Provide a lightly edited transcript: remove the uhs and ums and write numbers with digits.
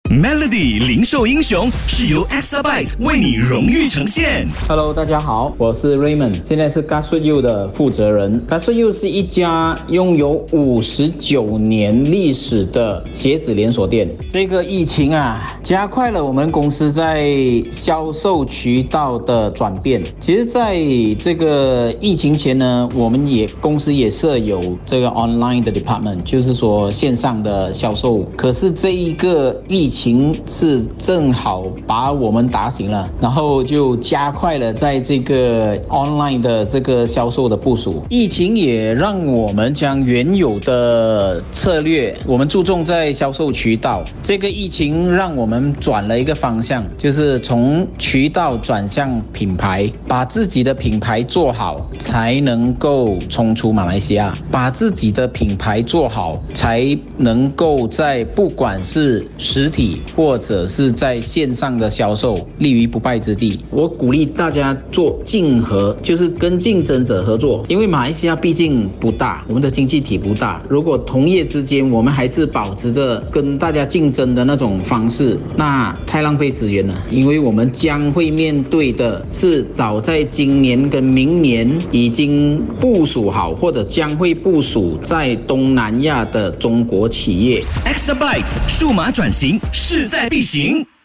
Melody 零售英雄是由 Exabyte 为你荣誉呈现。 Hello， 大家好，我是 Raymond， 现在是 GasFoodU 的负责人。GasFoodU 是一家拥有59年历史的鞋子连锁店。这个疫情加快了我们公司在销售渠道的转变。其实，在这个疫情前呢，我们公司也设有这个 online 的 department， 就是说线上的销售。可是这一个疫情是正好把我们打醒了，然后就加快了在这个 online 的这个销售的部署。疫情也让我们将原有的策略，我们注重在销售渠道。这个疫情让我们转了一个方向，就是从渠道转向品牌，把自己的品牌做好，才能够冲出马来西亚。把自己的品牌做好，才能够在不管是实体或者是在线上的销售立于不败之地。我鼓励大家做竞合，就是跟竞争者合作，因为马来西亚毕竟不大，我们的经济体不大，如果同业之间我们还是保持着跟大家竞争的那种方式，那太浪费资源了。因为我们将会面对的是早在今年跟明年已经部署好或者将会部署在东南亚的中国企业。 Exabyte 数码转型势在必行。